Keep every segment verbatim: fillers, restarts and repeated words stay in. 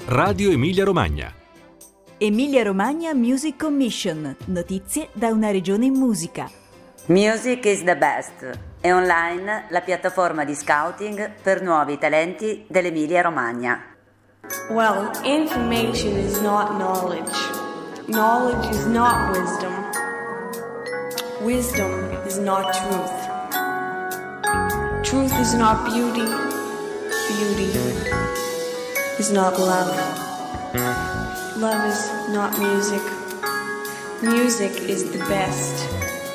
Radio Emilia Romagna. Emilia Romagna Music Commission. Notizie da una regione in musica. Music is the best. È online la piattaforma di scouting per nuovi talenti dell'Emilia Romagna. Well, information is not knowledge. Knowledge is not wisdom. Wisdom is not truth. Truth is not beauty. Beauty is not love. Love is not music. Music is the best.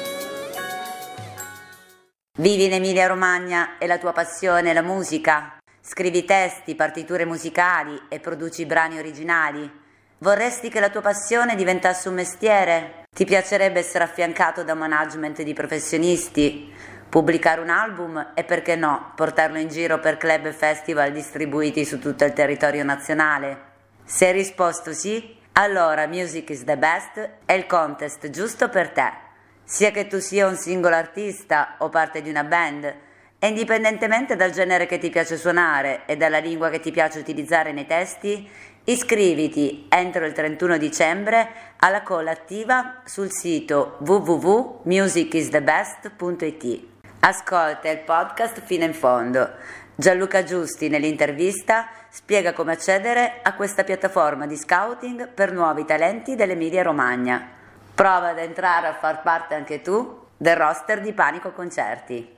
Vivi in Emilia Romagna e la tua passione è la musica? Scrivi testi, partiture musicali e produci brani originali? Vorresti che la tua passione diventasse un mestiere? Ti piacerebbe essere affiancato da un management di professionisti? Pubblicare un album e, perché no, portarlo in giro per club e festival distribuiti su tutto il territorio nazionale? Se hai risposto sì, allora Music is the Best è il contest giusto per te. Sia che tu sia un singolo artista o parte di una band, e indipendentemente dal genere che ti piace suonare e dalla lingua che ti piace utilizzare nei testi, iscriviti entro il trentuno dicembre alla call attiva sul sito w w w punto music is the best punto i t. Ascolta il podcast fino in fondo. Gianluca Giusti nell'intervista spiega come accedere a questa piattaforma di scouting per nuovi talenti dell'Emilia Romagna. Prova ad entrare a far parte anche tu del roster di Panico Concerti.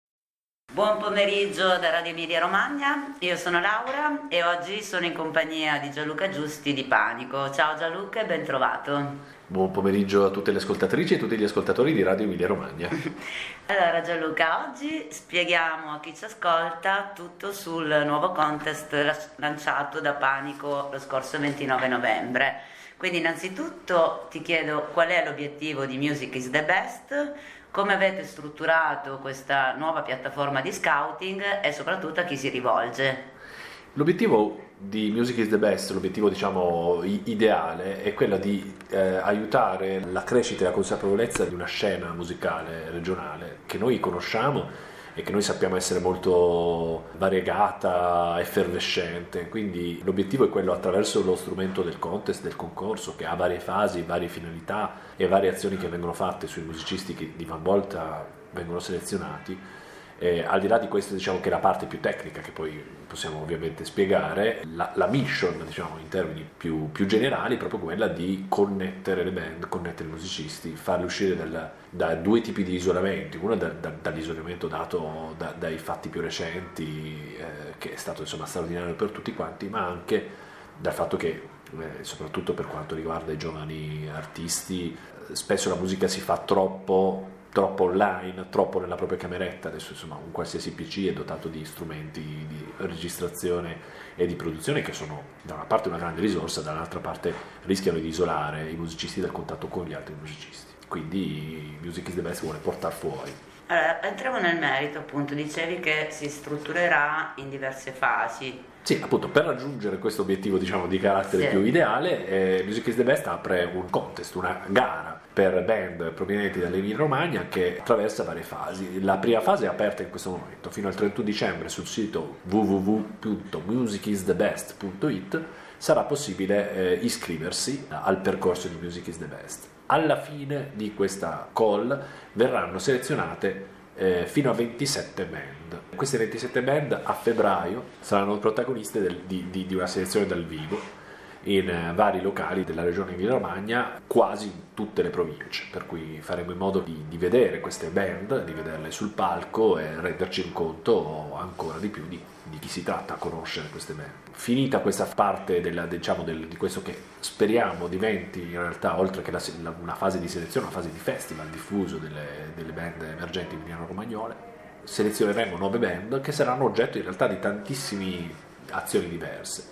Buon pomeriggio da Radio Emilia Romagna, io sono Laura e oggi sono in compagnia di Gianluca Giusti di Panico. Ciao Gianluca e ben trovato. Buon pomeriggio a tutte le ascoltatrici e tutti gli ascoltatori di Radio Emilia Romagna. Allora Gianluca, oggi spieghiamo a chi ci ascolta tutto sul nuovo contest lanciato da Panico lo scorso ventinove novembre. Quindi innanzitutto ti chiedo qual è l'obiettivo di Music is the Best, come avete strutturato questa nuova piattaforma di scouting e soprattutto a chi si rivolge. L'obiettivo di Music is the Best, l'obiettivo diciamo ideale, è quello di eh, aiutare la crescita e la consapevolezza di una scena musicale regionale che noi conosciamo e che noi sappiamo essere molto variegata, effervescente. Quindi l'obiettivo è quello, attraverso lo strumento del contest, del concorso, che ha varie fasi, varie finalità e varie azioni che vengono fatte sui musicisti che di van volta vengono selezionati. Eh, al di là di questo, diciamo che la parte più tecnica, che poi possiamo ovviamente spiegare, la, la mission, diciamo in termini più, più generali, è proprio quella di connettere le band, connettere i musicisti, farli uscire dal, da due tipi di isolamenti. Uno da, da, dall'isolamento dato da, dai fatti più recenti, eh, che è stato insomma straordinario per tutti quanti, ma anche dal fatto che, eh, soprattutto per quanto riguarda i giovani artisti, eh, spesso la musica si fa troppo troppo online, troppo nella propria cameretta. Adesso insomma un qualsiasi P C è dotato di strumenti di registrazione e di produzione che sono da una parte una grande risorsa, dall'altra parte rischiano di isolare i musicisti dal contatto con gli altri musicisti. Quindi Music is the Best vuole portar fuori. Allora, entriamo nel merito, appunto, dicevi che si strutturerà in diverse fasi. Sì, appunto, per raggiungere questo obiettivo, diciamo, di carattere sì. più ideale, eh, Music is the Best apre un contest, una gara per band provenienti dall'Emilia Romagna che attraversa varie fasi. La prima fase è aperta in questo momento, fino al trentuno dicembre sul sito w w w punto music is the best punto i t sarà possibile eh, iscriversi al percorso di Music is the Best. Alla fine di questa call verranno selezionate eh, fino a ventisette band. Queste ventisette band a febbraio saranno protagoniste del, di, di, di una selezione dal vivo in eh, vari locali della regione Emilia Romagna, quasi in tutte le province, per cui faremo in modo di, di vedere queste band, di vederle sul palco e renderci conto ancora di più di, di chi si tratta, a conoscere queste band. Finita questa parte della, diciamo, del, di questo che speriamo diventi in realtà, oltre che la, la, una fase di selezione, una fase di festival diffuso delle, delle band emergenti emiliano-romagnole, selezioneremo nuove band che saranno oggetto in realtà di tantissime azioni diverse.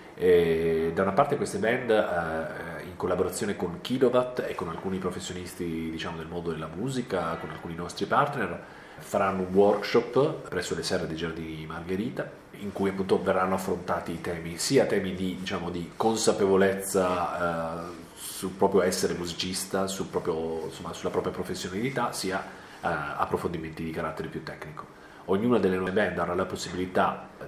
E da una parte queste band eh, in collaborazione con Kilowatt e con alcuni professionisti, diciamo, del mondo della musica, con alcuni nostri partner, faranno un workshop presso le serre dei Giardini Margherita, in cui appunto verranno affrontati i temi, sia temi di, diciamo, di consapevolezza eh, sul proprio essere musicista, sul proprio, insomma, sulla propria professionalità, sia eh, approfondimenti di carattere più tecnico. Ognuna delle nuove band avrà la possibilità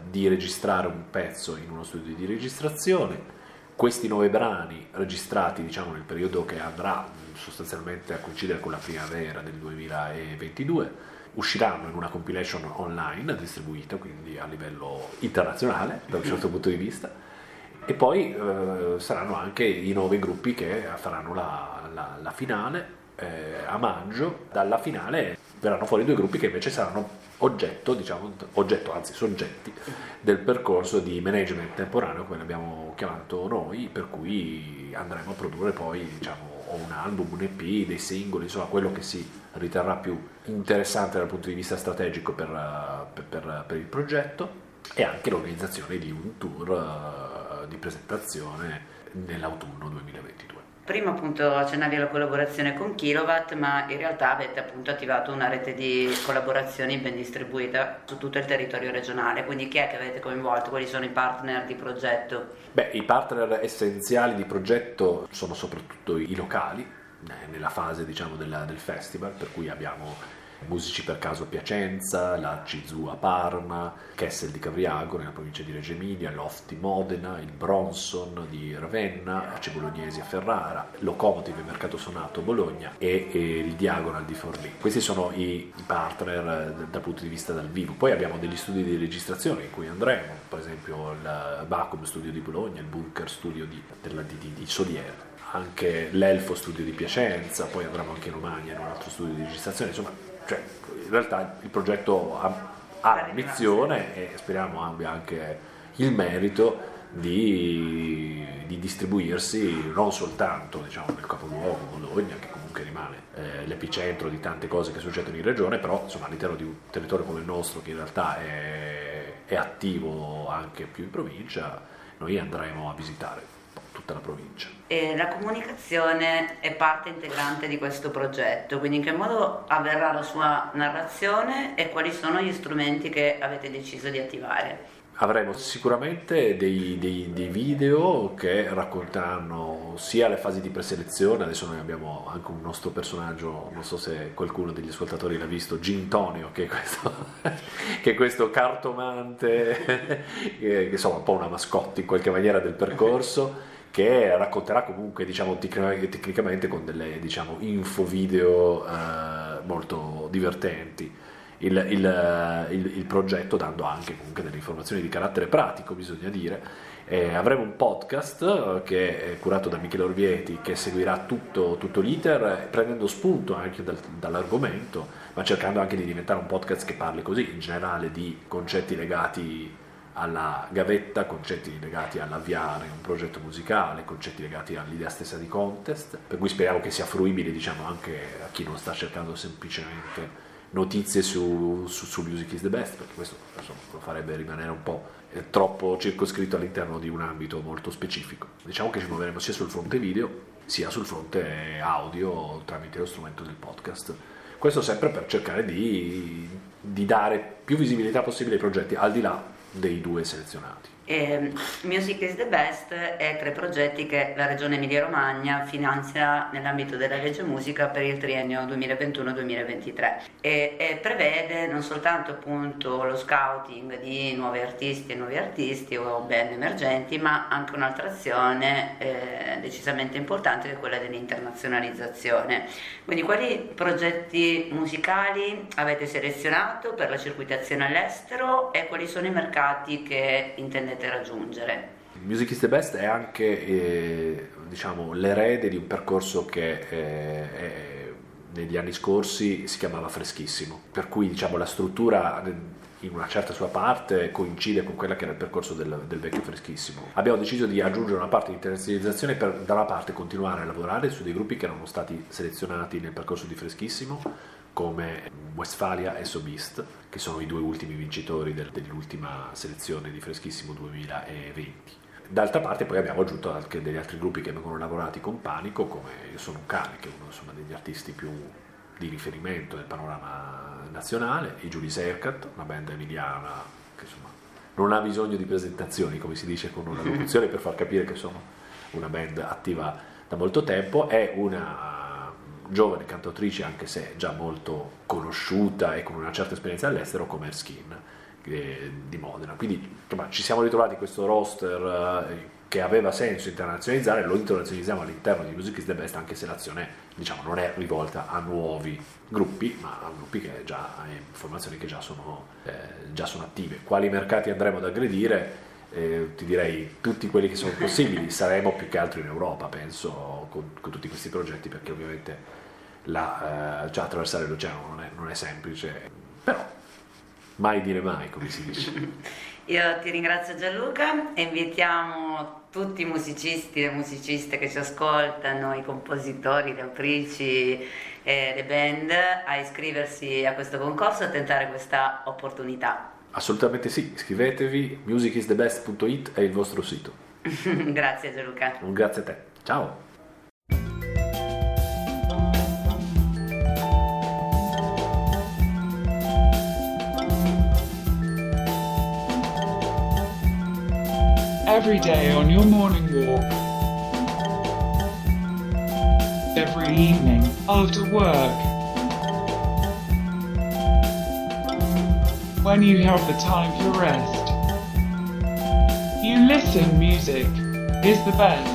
di registrare un pezzo in uno studio di registrazione. Questi nove brani registrati, diciamo, nel periodo che andrà sostanzialmente a coincidere con la primavera del duemilaventidue, usciranno in una compilation online distribuita, quindi a livello internazionale da un certo punto di vista, e poi eh, saranno anche i nove gruppi che faranno la, la, la finale eh, a maggio. Dalla finale verranno fuori due gruppi che invece saranno oggetto, diciamo, oggetto, anzi soggetti del percorso di management temporaneo, come l'abbiamo chiamato noi, per cui andremo a produrre poi, diciamo, un album, un E P, dei singoli, insomma quello che si riterrà più interessante dal punto di vista strategico per, per, per, per il progetto, e anche l'organizzazione di un tour uh, di presentazione nell'autunno duemilaventidue. Prima appunto accennavi alla collaborazione con Kilowatt, ma in realtà avete appunto attivato una rete di collaborazioni ben distribuita su tutto il territorio regionale, quindi chi è che avete coinvolto? Quali sono i partner di progetto? Beh, i partner essenziali di progetto sono soprattutto i locali, eh, nella fase, diciamo, della, del festival, per cui abbiamo Musici per Caso a Piacenza, la Cizu a Parma, Kessel di Cavriago nella provincia di Reggio Emilia, Loft di Modena, il Bronson di Ravenna, Ace Bolognesi a Ferrara, Locomotive Mercato Sonato Bologna e, e il Diagonal di Forlì. Questi sono i, i partner dal punto di vista dal vivo. Poi abbiamo degli studi di registrazione in cui andremo, per esempio il Bacum Studio di Bologna, il Bunker Studio di, della, di, di, di Solier, anche l'Elfo Studio di Piacenza, poi andremo anche in Romagna in un altro studio di registrazione. Insomma, cioè, in realtà il progetto ha, ha l'ambizione e speriamo abbia anche il merito di, di distribuirsi non soltanto, diciamo, nel capoluogo Bologna, che comunque rimane eh, l'epicentro di tante cose che succedono in regione, però insomma all'interno di un territorio come il nostro, che in realtà è, è attivo anche più in provincia, noi andremo a visitare tutta la provincia. E la comunicazione è parte integrante di questo progetto, quindi in che modo avverrà la sua narrazione e quali sono gli strumenti che avete deciso di attivare? Avremo sicuramente dei, dei, dei video che racconteranno sia le fasi di preselezione. Adesso noi abbiamo anche un nostro personaggio, non so se qualcuno degli ascoltatori l'ha visto, Gintonio, che è questo, che è questo cartomante, che è insomma un po' una mascotte in qualche maniera del percorso, che racconterà comunque, diciamo, tecnicamente con delle, diciamo, info video eh, molto divertenti il, il, il, il progetto, dando anche comunque delle informazioni di carattere pratico, bisogna dire. Eh, avremo un podcast che è curato da Michele Orvieti, che seguirà tutto, tutto l'iter, prendendo spunto anche dal, dall'argomento, ma cercando anche di diventare un podcast che parli così in generale di concetti legati alla gavetta, concetti legati all'avviare un progetto musicale, concetti legati all'idea stessa di contest, per cui speriamo che sia fruibile, diciamo, anche a chi non sta cercando semplicemente notizie su, su, su Music is the Best, perché questo insomma, lo farebbe rimanere un po' eh, troppo circoscritto all'interno di un ambito molto specifico. Diciamo che ci muoveremo sia sul fronte video sia sul fronte audio tramite lo strumento del podcast. Questo sempre per cercare di, di dare più visibilità possibile ai progetti, al di là dei due selezionati. E Music is the Best è tra i progetti che la Regione Emilia-Romagna finanzia nell'ambito della legge musica per il triennio duemilaventuno duemilaventitré e, e prevede non soltanto appunto lo scouting di nuovi artisti e nuovi artisti o band emergenti, ma anche un'altra azione eh, decisamente importante, che è quella dell'internazionalizzazione. Quindi quali progetti musicali avete selezionato per la circuitazione all'estero e quali sono i mercati che intendete raggiungere? Music is the Best è anche eh, diciamo l'erede di un percorso che eh, è, negli anni scorsi si chiamava Freschissimo, per cui diciamo la struttura in una certa sua parte coincide con quella che era il percorso del, del vecchio Freschissimo. Abbiamo deciso di aggiungere una parte di internazionalizzazione per da una parte continuare a lavorare su dei gruppi che erano stati selezionati nel percorso di Freschissimo, come Westfalia e Sobist, che sono i due ultimi vincitori del, dell'ultima selezione di Freschissimo duemilaventi. D'altra parte poi abbiamo aggiunto anche degli altri gruppi che vengono lavorati con Panico, come Io sono un cane, che è uno insomma, degli artisti più di riferimento del panorama nazionale, i Julius Haircut, una band emiliana che insomma non ha bisogno di presentazioni, come si dice con una locuzione, per far capire che sono una band attiva da molto tempo. È una giovane cantautrice, anche se già molto conosciuta e con una certa esperienza all'estero, come Erskine, eh, di Modena. Quindi insomma, ci siamo ritrovati questo roster eh, che aveva senso internazionalizzare, lo internazionalizziamo all'interno di Music is the Best, anche se l'azione diciamo non è rivolta a nuovi gruppi, ma a gruppi che già, a formazioni che già sono, eh, già sono attive. Quali mercati andremo ad aggredire? Eh, ti direi tutti quelli che sono possibili. Saremo più che altro in Europa, penso, con, con tutti questi progetti, perché ovviamente la, eh, già attraversare l'oceano non è, non è semplice, però mai dire mai, come si dice. Io ti ringrazio Gianluca e invitiamo tutti i musicisti e musiciste che ci ascoltano, i compositori, le autrici e le band a iscriversi a questo concorso e a tentare questa opportunità. Assolutamente sì, iscrivetevi, music is the best punto it è il vostro sito. Grazie Gianluca. Un grazie a te, ciao. Every day on your morning walk, every evening after work, when you have the time for rest, you listen. Music is the best.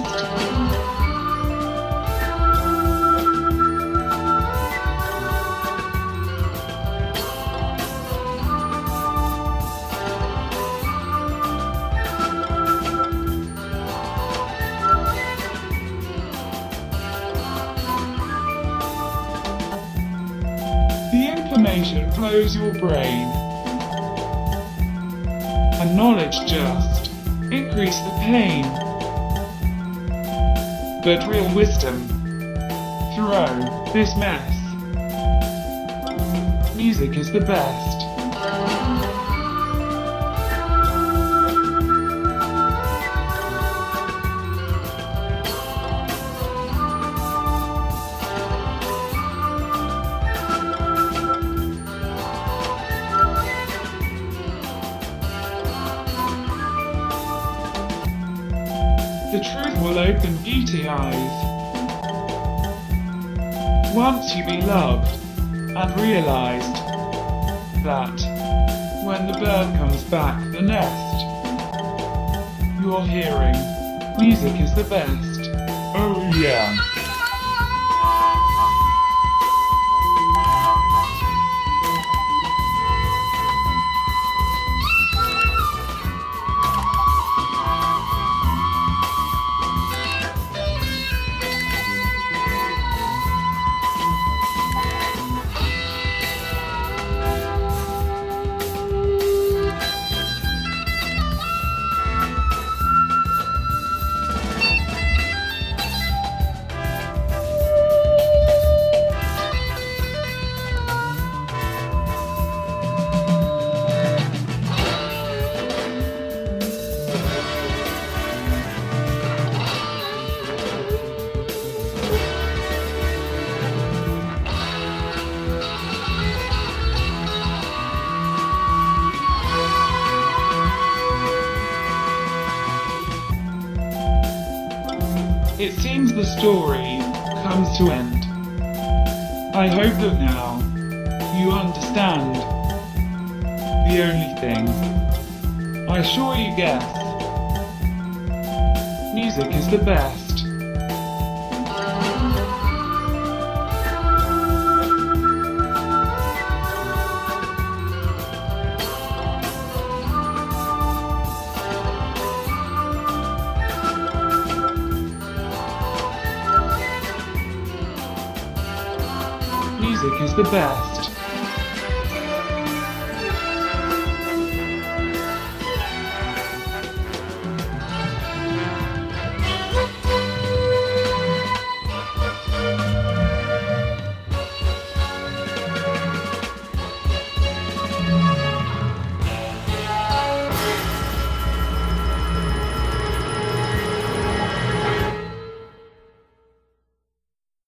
The information flows your brain, and knowledge just increase the pain. But real wisdom through this mess. Music is the best. The truth will open beauty eyes. Once you be loved and realized that when the bird comes back the nest, you're hearing music is the best. Oh yeah. It seems the story comes to end. I hope that now you understand. The only thing I sure you guess, music is the best. Music is the best.